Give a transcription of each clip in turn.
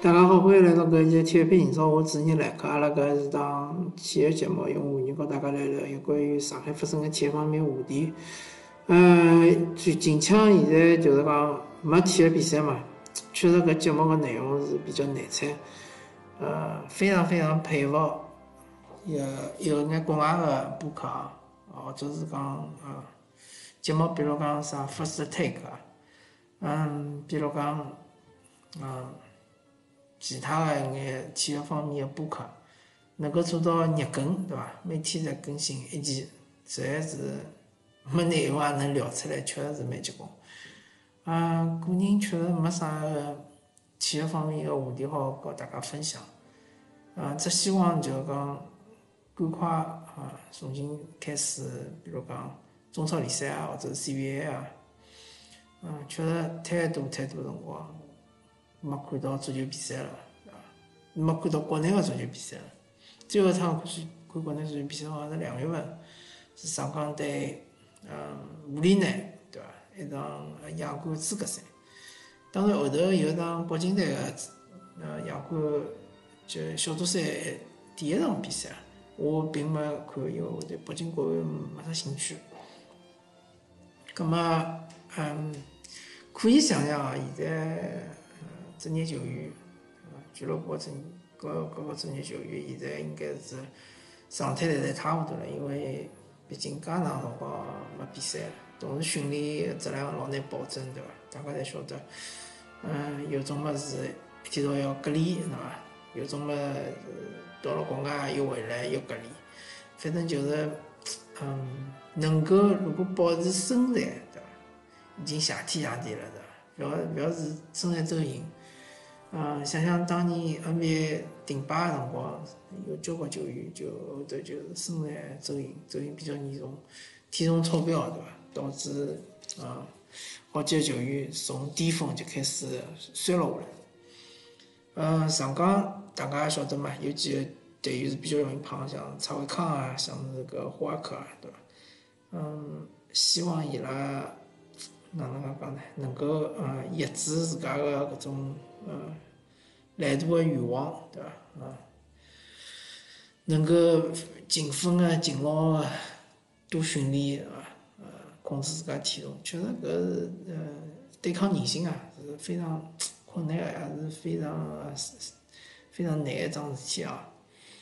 大家好，欢迎来到搿一期体育配英超，我主持人来客。阿拉搿是档体育节目，用语言和大家聊聊有关于上海发生的体育方面话题。最近腔现在就是讲没体育比赛嘛，确实搿节目的内容是比较难产。非常佩服有眼国外的播客啊，或者是讲节目，比如讲啥 First Take 比如讲其他的一眼体育方面的播客，能够做到日更，对伐？每天在更新一期，实在是没内容也能聊出来，确实是蛮结棍。个人确实没啥个体育方面的话题好和大家分享。只希望就是讲赶快重新开始，比如讲中超联赛啊，或者是 CBA 啊。确实太多辰光没看到足球比赛了，没看到国内的足球比赛了。最后一场看国内足球比赛好像是2月份，是上港对武里南，对伐？一场亚冠资格赛。当然后头有一场北京队的亚冠就小组赛第一场比赛，我并没看，因为我对北京国安没啥兴趣。葛么可以想象啊，现在职业球员，俱乐部各个职业球员现在应该是状态侪差不多了，因为毕竟介长辰光没比赛了，同时训练质量老难保证，对伐？大家侪晓得，有种物事一天到晚要隔离，对伐？有种物事到了国外又回来又隔离，反正就是能够如果保持身材，对伐？已经谢天谢地了，对伐？不要是身材走形。想想当年 NBA 顶摆的辰光，有交关球员就后头就是身材走形比较严重，体重超标，对伐？导致好几个球员从巅峰就开始衰落下来。上港大家也晓得嘛，有几个队员是比较容易胖，像蔡伟康啊，像那个霍尔克啊，对伐？希望伊拉哪能介讲呢？能够抑制自家的搿种懒惰的欲望，对伐？能够勤奋的、勤劳的多训练，对伐？控制自家体重，确实搿是对抗人性啊，是非常困难的，也是非常难的一桩事体啊。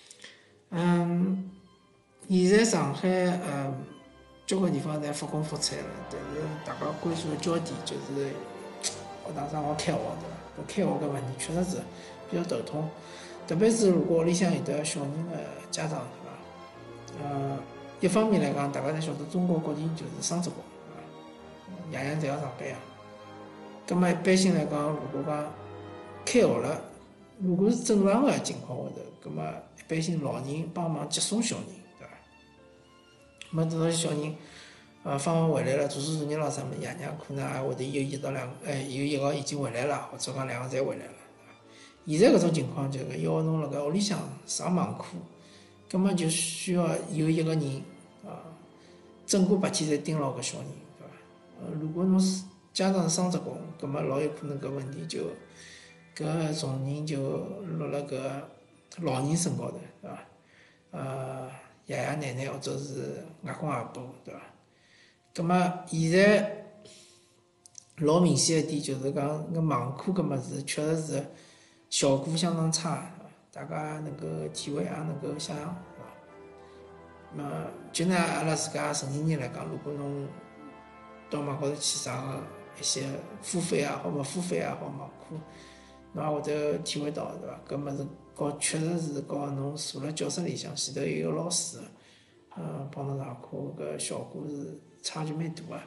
现在上海交关地方侪复工复产了，但是大家关注的焦点就是学堂上好开学，对伐？搿开学搿问题确实是比较头痛，特别是如果屋里向有得小人的家长，对伐？一方面来讲，大家侪晓得中国国情就是双职工，对伐？爷侪要上班啊。葛末一般性来讲，如果讲开学了，如果是正常的情况下头，葛末一般性老人帮忙接送小人，对伐？么等到小人放学回来了，做作业咯啥么，爷娘可能也会得有一个已经回来了，或者讲2个侪回来了。现在搿种情况就是要侬辣盖屋里向上网课，葛末就需要有一个人整个白天侪盯牢搿小人，对伐？如果侬是家长是双职工，葛末老有可能搿问题就搿重任就落辣搿老人身高头，对伐？爷爷奶奶或者是外公外婆，对伐？葛末现在老明显一点就是讲搿网课搿物事确实是效果相当差，大家能够体会，也能够想象，对伐？就拿阿拉自家成年人来讲，如果侬到网高头去上一些付费也好，没付费也好网课，侬也会得体会到，对伐？搿物事确实是和侬坐辣教室里向前头有一个老师帮侬上课，搿效果是差距蛮大个。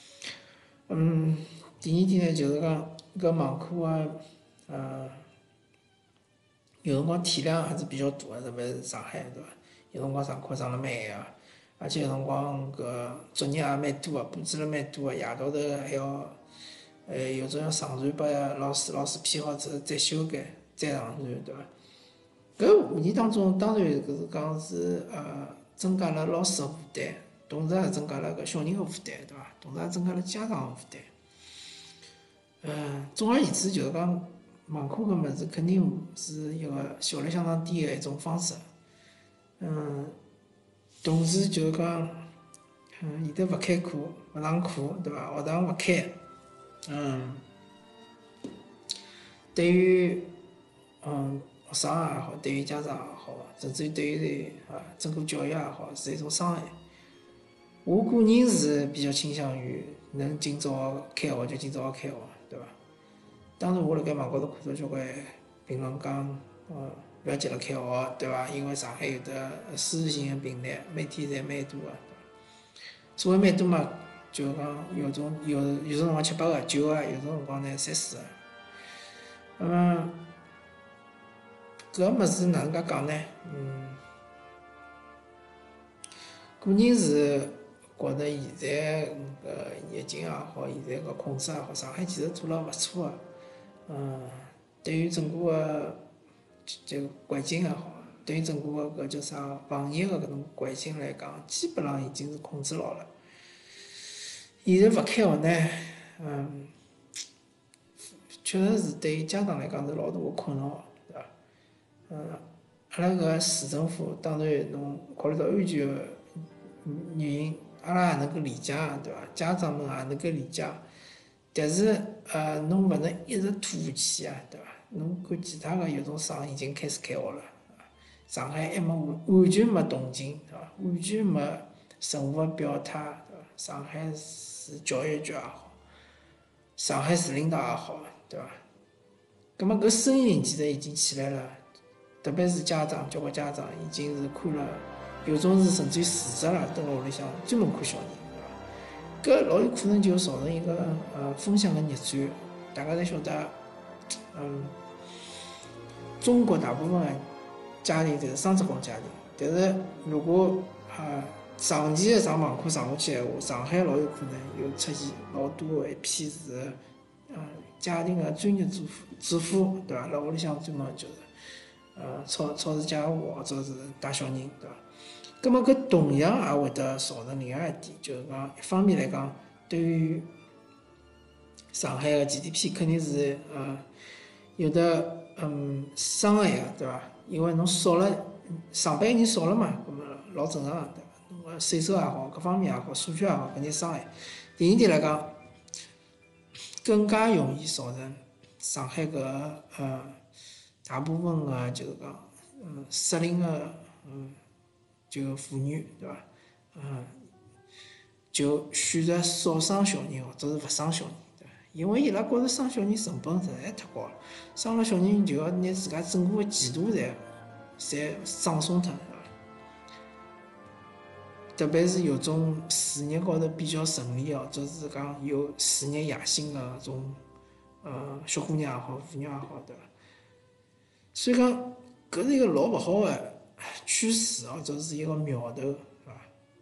第二点呢，就是讲搿网课有辰光体量还是比较大个，特别是上海，对伐？有辰光上课上了蛮晚个，而且有辰光搿作业也蛮多个，布置了蛮多个，夜到头还要有种要上传拨老师批好之后再修改再上传，对伐？搿话题当中当然搿是讲是增加了老师个负担，同时也增加了搿小人个负担，对伐？同时也增加了家长个负担。总而言之就是讲网课搿物事肯定是一个效率相当低的一种方式。同时就是讲，现在勿开课，勿上课，对伐？学堂勿开，对于学生也好，对于家长也好，甚至于对于整个教育也好，是一种伤害。我个人是比较倾向于能尽早开学就尽早开学，对伐？当然，我辣盖网高头看到交关评论讲，不要急了开学，对伐？因为上海有的输入性的病例每天侪蛮多个，所谓蛮多嘛，就是讲有种辰光7、8个、9个，有种辰光呢3、4个。搿物事哪能介讲呢？个人是觉得现在搿疫情也好，现在搿控制也好，上海其实做了勿错个。对于整个个这个环境也好，对于整个个搿叫啥防疫个搿种环境来讲，基本上已经是控制牢了。现在勿开学呢，确实是对于家长来讲是老大个困扰，对伐？阿拉搿市政府当然侬考虑到安全个原因，阿拉也能够理解，对伐？家长们也能够理解，但是侬勿能一直拖下去啊，对伐？侬看其他个有种省已经开始开学了，上海还没完全没动静，对伐？完全没任何表态，对伐？上海市教育局也好，上海市领导也好，对伐？葛末搿声音其实已经起来了，特别是家长，交关家长已经是看了，有种是甚至于辞职了，蹲辣屋里向专门看小人，对伐？搿老有可能就造成一个风向个逆转。大家侪晓得，中国大部分个家庭侪是双职工家庭，但是如果长期的上网课上下去闲话，上海老有可能又出现老多的一批是家庭的专业主妇，对伐？辣屋里向专门就是操持家务或者是带小人，对伐？葛末搿同样也会得造成另外一点，就是讲一方面来讲，对于上海个 GDP 肯定是有的伤害个，对伐？因为侬少了上班人少了嘛，葛末老正常个，对伐？侬个税收也好，各方面也好，数据也好，肯定伤害。第二点来讲，更加容易造成上海搿大部分个就是讲适龄个就妇女，对伐？就选择少生小人或者是勿生小人，对伐？因为伊拉觉着生小人成本实在太高了，生了小人就要拿自家整个个前途侪葬送脱，对伐？特别是有种事业高头比较顺利或者是讲有事业野心个种小姑娘也好，妇女也好，对伐？所以讲搿是一个老勿好个趋势，或者是一个苗头，对伐？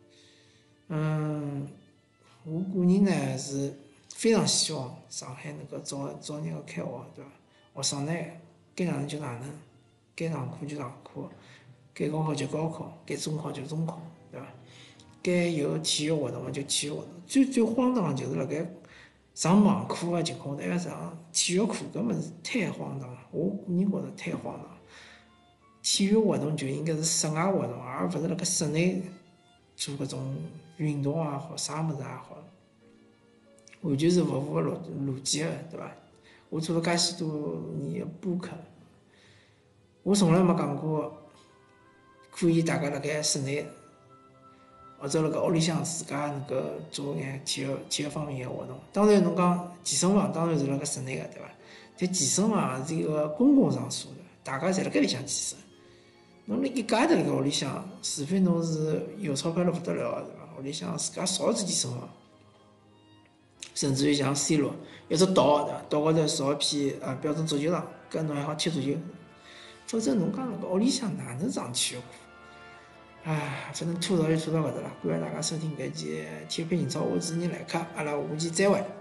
我个人呢是非常希望上海能够早日个开学，对伐？学生呢该哪能就哪能，该上课就上课，该高考就高考，该中考就中考，对伐？该有体育活动个就体育活动。最荒唐个就是辣盖上网课个情况下还要上体育课，搿物事太荒唐了。我个人觉着太荒唐了。体育活动就应该是室外活动，而勿是辣盖室内做搿种运动也好，啥物事也好，完全是勿符合逻辑个，对伐？我做了介许多年个播客，我从来没讲过可以大家辣盖室内或者辣盖屋里向自家能够做眼体育方面个活动。当然，侬讲健身房当然是辣盖室内个，对伐？但健身房是一个公共场所，大家侪辣盖里向健身。侬一家头辣盖屋里向，除非侬是有钞票了勿得了个，对伐？屋里向自家造一只健身房，甚至于像 C 罗一只岛，对伐？岛高头造一片标准足球场，搿侬还好踢足球。否则侬讲辣盖屋里向哪能上体育课？反正吐槽就吐到搿搭了，感谢大家收听搿期体育篇英超，我是主持人莱克，阿拉下期再会。